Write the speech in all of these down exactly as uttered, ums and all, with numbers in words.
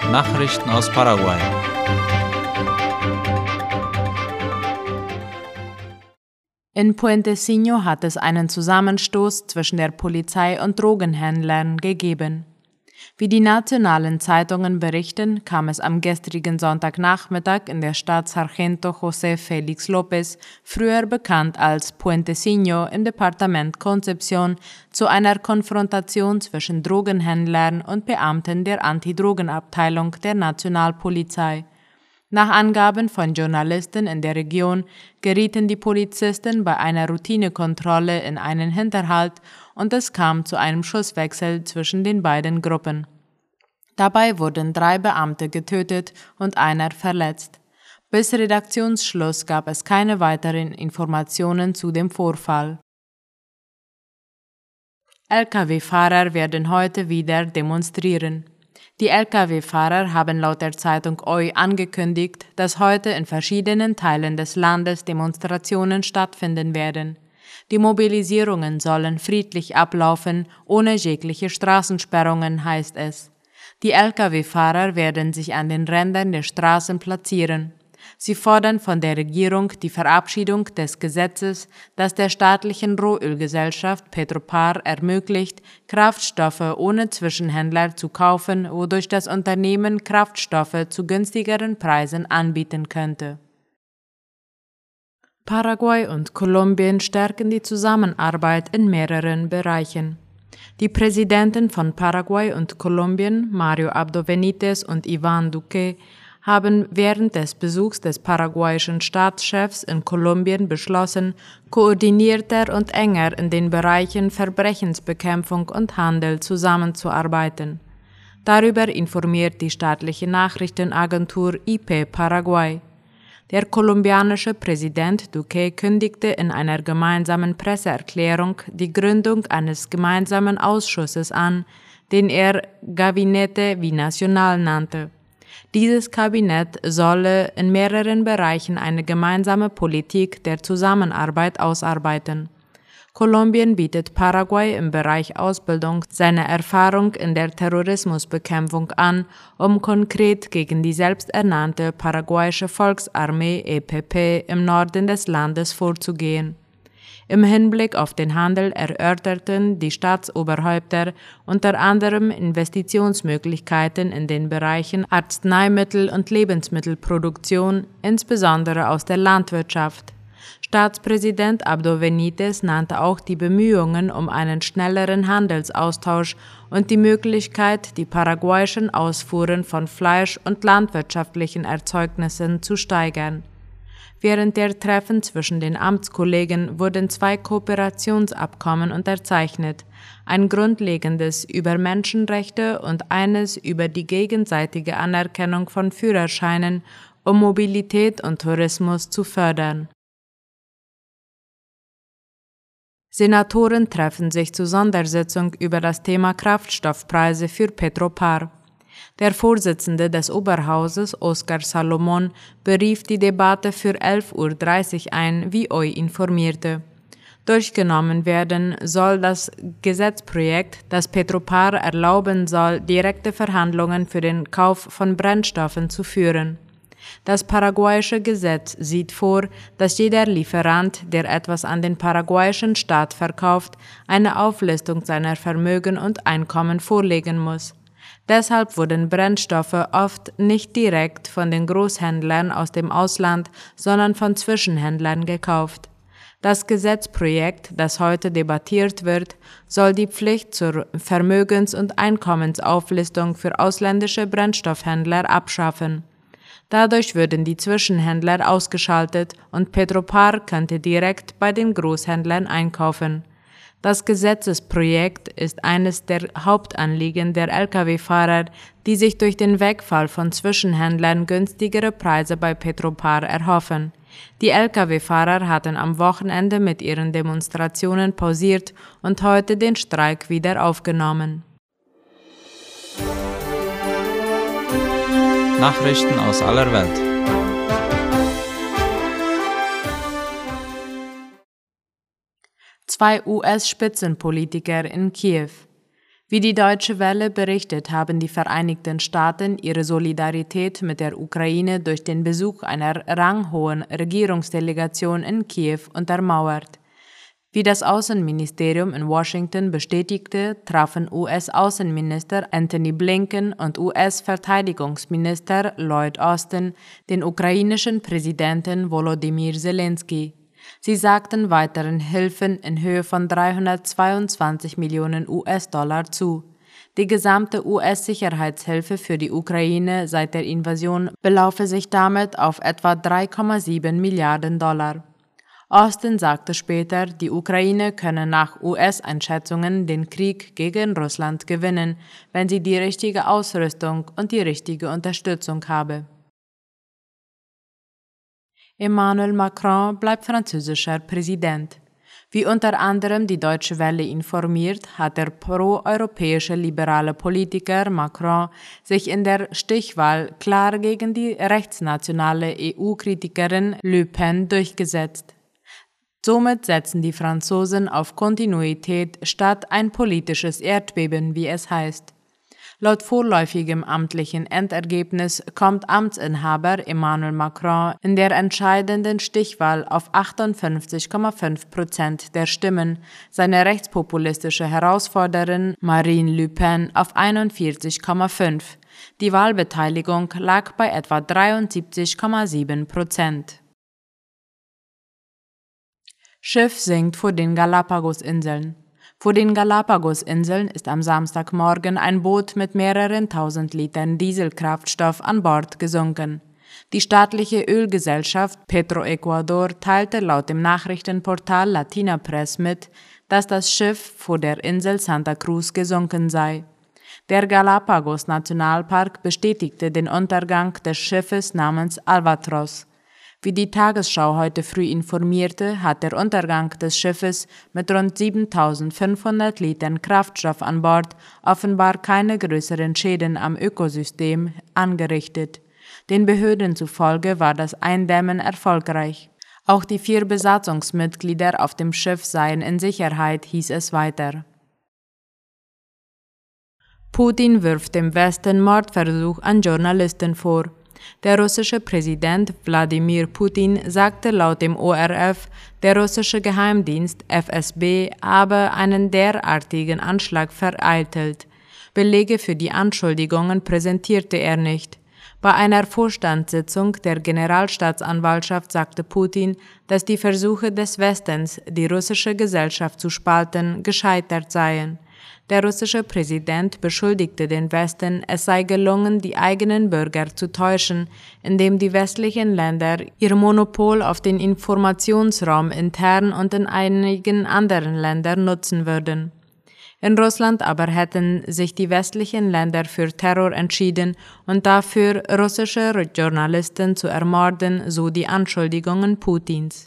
Nachrichten aus Paraguay. In Puenteciño hat es einen Zusammenstoß zwischen der Polizei und Drogenhändlern gegeben. Wie die nationalen Zeitungen berichten, kam es am gestrigen Sonntagnachmittag in der Stadt Sargento José Félix López, früher bekannt als Puenteciño im Departement Concepción, zu einer Konfrontation zwischen Drogenhändlern und Beamten der Antidrogenabteilung der Nationalpolizei. Nach Angaben von Journalisten in der Region gerieten die Polizisten bei einer Routinekontrolle in einen Hinterhalt und es kam zu einem Schusswechsel zwischen den beiden Gruppen. Dabei wurden drei Beamte getötet und einer verletzt. Bis Redaktionsschluss gab es keine weiteren Informationen zu dem Vorfall. L K W-Fahrer werden heute wieder demonstrieren. Die L K W-Fahrer haben laut der Zeitung O I angekündigt, dass heute in verschiedenen Teilen des Landes Demonstrationen stattfinden werden. Die Mobilisierungen sollen friedlich ablaufen, ohne jegliche Straßensperrungen, heißt es. Die L K W-Fahrer werden sich an den Rändern der Straßen platzieren. Sie fordern von der Regierung die Verabschiedung des Gesetzes, das der staatlichen Rohölgesellschaft Petropar ermöglicht, Kraftstoffe ohne Zwischenhändler zu kaufen, wodurch das Unternehmen Kraftstoffe zu günstigeren Preisen anbieten könnte. Paraguay und Kolumbien stärken die Zusammenarbeit in mehreren Bereichen. Die Präsidenten von Paraguay und Kolumbien, Mario Abdo Benítez und Iván Duque, haben während des Besuchs des paraguayischen Staatschefs in Kolumbien beschlossen, koordinierter und enger in den Bereichen Verbrechensbekämpfung und Handel zusammenzuarbeiten. Darüber informiert die staatliche Nachrichtenagentur I P Paraguay. Der kolumbianische Präsident Duque kündigte in einer gemeinsamen Presseerklärung die Gründung eines gemeinsamen Ausschusses an, den er Gabinete Binacional nannte. Dieses Kabinett solle in mehreren Bereichen eine gemeinsame Politik der Zusammenarbeit ausarbeiten. Kolumbien bietet Paraguay im Bereich Ausbildung seine Erfahrung in der Terrorismusbekämpfung an, um konkret gegen die selbsternannte paraguayische Volksarmee E P P im Norden des Landes vorzugehen. Im Hinblick auf den Handel erörterten die Staatsoberhäupter unter anderem Investitionsmöglichkeiten in den Bereichen Arzneimittel- und Lebensmittelproduktion, insbesondere aus der Landwirtschaft. Staatspräsident Abdo Benítez nannte auch die Bemühungen um einen schnelleren Handelsaustausch und die Möglichkeit, die paraguayischen Ausfuhren von Fleisch und landwirtschaftlichen Erzeugnissen zu steigern. Während der Treffen zwischen den Amtskollegen wurden zwei Kooperationsabkommen unterzeichnet, ein grundlegendes über Menschenrechte und eines über die gegenseitige Anerkennung von Führerscheinen, um Mobilität und Tourismus zu fördern. Senatoren treffen sich zur Sondersitzung über das Thema Kraftstoffpreise für Petropar. Der Vorsitzende des Oberhauses, Oscar Salomón, berief die Debatte für elf Uhr dreißig ein, wie O I informierte. Durchgenommen werden soll das Gesetzprojekt, das Petropar erlauben soll, direkte Verhandlungen für den Kauf von Brennstoffen zu führen. Das paraguayische Gesetz sieht vor, dass jeder Lieferant, der etwas an den paraguayischen Staat verkauft, eine Auflistung seiner Vermögen und Einkommen vorlegen muss. Deshalb wurden Brennstoffe oft nicht direkt von den Großhändlern aus dem Ausland, sondern von Zwischenhändlern gekauft. Das Gesetzprojekt, das heute debattiert wird, soll die Pflicht zur Vermögens- und Einkommensauflistung für ausländische Brennstoffhändler abschaffen. Dadurch würden die Zwischenhändler ausgeschaltet und Petropar könnte direkt bei den Großhändlern einkaufen. Das Gesetzesprojekt ist eines der Hauptanliegen der L K W-Fahrer, die sich durch den Wegfall von Zwischenhändlern günstigere Preise bei Petropar erhoffen. Die L K W-Fahrer hatten am Wochenende mit ihren Demonstrationen pausiert und heute den Streik wieder aufgenommen. Nachrichten aus aller Welt. Zwei U S-Spitzenpolitiker in Kiew. Wie die Deutsche Welle berichtet, haben die Vereinigten Staaten ihre Solidarität mit der Ukraine durch den Besuch einer ranghohen Regierungsdelegation in Kiew untermauert. Wie das Außenministerium in Washington bestätigte, trafen U S-Außenminister Antony Blinken und U S-Verteidigungsminister Lloyd Austin den ukrainischen Präsidenten Volodymyr Zelensky. Sie sagten weiteren Hilfen in Höhe von dreihundertzweiundzwanzig Millionen U S-Dollar zu. Die gesamte U S-Sicherheitshilfe für die Ukraine seit der Invasion belaufe sich damit auf etwa drei Komma sieben Milliarden Dollar. Austin sagte später, die Ukraine könne nach U S-Einschätzungen den Krieg gegen Russland gewinnen, wenn sie die richtige Ausrüstung und die richtige Unterstützung habe. Emmanuel Macron bleibt französischer Präsident. Wie unter anderem die Deutsche Welle informiert, hat der pro-europäische liberale Politiker Macron sich in der Stichwahl klar gegen die rechtsnationale E U-Kritikerin Le Pen durchgesetzt. Somit setzen die Franzosen auf Kontinuität statt ein politisches Erdbeben, wie es heißt. Laut vorläufigem amtlichen Endergebnis kommt Amtsinhaber Emmanuel Macron in der entscheidenden Stichwahl auf achtundfünfzig Komma fünf Prozent der Stimmen, seine rechtspopulistische Herausforderin Marine Le Pen auf einundvierzig Komma fünf. Die Wahlbeteiligung lag bei etwa dreiundsiebzig Komma sieben Prozent. Schiff sinkt vor den Galapagosinseln. Vor den Galapagosinseln ist am Samstagmorgen ein Boot mit mehreren tausend Litern Dieselkraftstoff an Bord gesunken. Die staatliche Ölgesellschaft Petroecuador teilte laut dem Nachrichtenportal Latina Press mit, dass das Schiff vor der Insel Santa Cruz gesunken sei. Der Galapagos-Nationalpark bestätigte den Untergang des Schiffes namens Albatros. Wie die Tagesschau heute früh informierte, hat der Untergang des Schiffes mit rund siebentausendfünfhundert Litern Kraftstoff an Bord offenbar keine größeren Schäden am Ökosystem angerichtet. Den Behörden zufolge war das Eindämmen erfolgreich. Auch die vier Besatzungsmitglieder auf dem Schiff seien in Sicherheit, hieß es weiter. Putin wirft dem Westen Mordversuch an Journalisten vor. Der russische Präsident Wladimir Putin sagte laut dem O R F, der russische Geheimdienst F S B habe einen derartigen Anschlag vereitelt. Belege für die Anschuldigungen präsentierte er nicht. Bei einer Vorstandssitzung der Generalstaatsanwaltschaft sagte Putin, dass die Versuche des Westens, die russische Gesellschaft zu spalten, gescheitert seien. Der russische Präsident beschuldigte den Westen, es sei gelungen, die eigenen Bürger zu täuschen, indem die westlichen Länder ihr Monopol auf den Informationsraum intern und in einigen anderen Ländern nutzen würden. In Russland aber hätten sich die westlichen Länder für Terror entschieden und dafür russische Journalisten zu ermorden, so die Anschuldigungen Putins.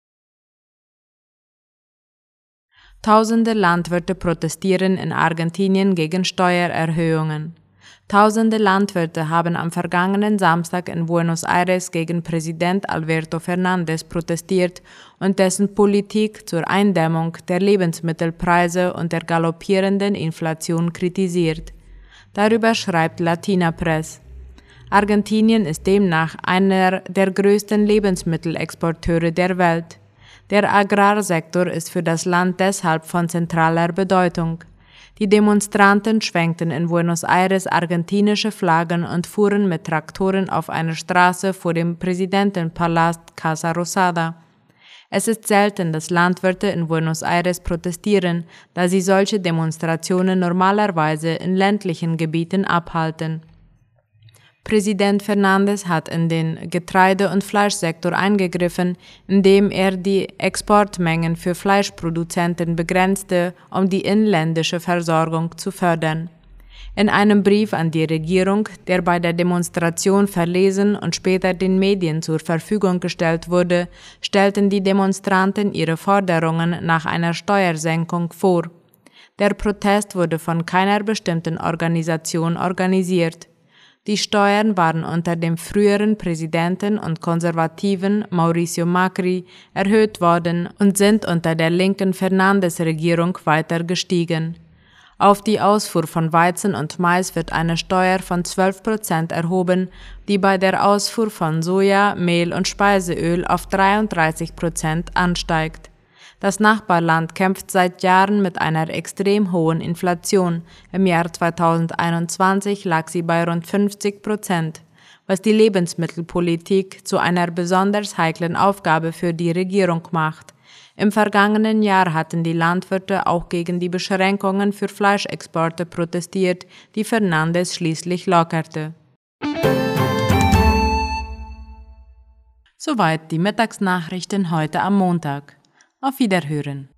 Tausende Landwirte protestieren in Argentinien gegen Steuererhöhungen. Tausende Landwirte haben am vergangenen Samstag in Buenos Aires gegen Präsident Alberto Fernández protestiert und dessen Politik zur Eindämmung der Lebensmittelpreise und der galoppierenden Inflation kritisiert. Darüber schreibt Latina Press. Argentinien ist demnach einer der größten Lebensmittelexporteure der Welt. Der Agrarsektor ist für das Land deshalb von zentraler Bedeutung. Die Demonstranten schwenkten in Buenos Aires argentinische Flaggen und fuhren mit Traktoren auf einer Straße vor dem Präsidentenpalast Casa Rosada. Es ist selten, dass Landwirte in Buenos Aires protestieren, da sie solche Demonstrationen normalerweise in ländlichen Gebieten abhalten. Präsident Fernández hat in den Getreide- und Fleischsektor eingegriffen, indem er die Exportmengen für Fleischproduzenten begrenzte, um die inländische Versorgung zu fördern. In einem Brief an die Regierung, der bei der Demonstration verlesen und später den Medien zur Verfügung gestellt wurde, stellten die Demonstranten ihre Forderungen nach einer Steuersenkung vor. Der Protest wurde von keiner bestimmten Organisation organisiert. Die Steuern waren unter dem früheren Präsidenten und Konservativen Mauricio Macri erhöht worden und sind unter der linken Fernández-Regierung weiter gestiegen. Auf die Ausfuhr von Weizen und Mais wird eine Steuer von zwölf Prozent erhoben, die bei der Ausfuhr von Soja, Mehl und Speiseöl auf dreiunddreißig Prozent ansteigt. Das Nachbarland kämpft seit Jahren mit einer extrem hohen Inflation. Im Jahr zweitausendeinundzwanzig lag sie bei rund fünfzig Prozent, was die Lebensmittelpolitik zu einer besonders heiklen Aufgabe für die Regierung macht. Im vergangenen Jahr hatten die Landwirte auch gegen die Beschränkungen für Fleischexporte protestiert, die Fernandes schließlich lockerte. Soweit die Mittagsnachrichten heute am Montag. Auf Wiederhören.